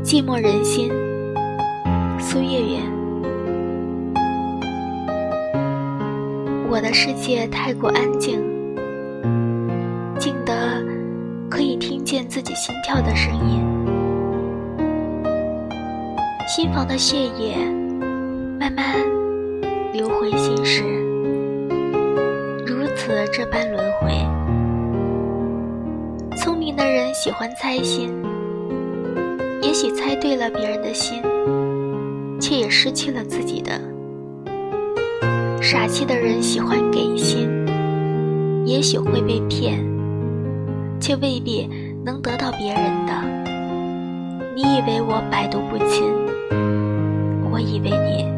寂寞人心，苏月月。我的世界太过安静，静得可以听见自己心跳的声音，心房的血液慢慢流回心室，如此这般轮回。聪明的人喜欢猜心，也许猜对了别人的心，却也失去了自己的。傻气的人喜欢给心，也许会被骗，却未必能得到别人的。你以为我百毒不侵，我以为你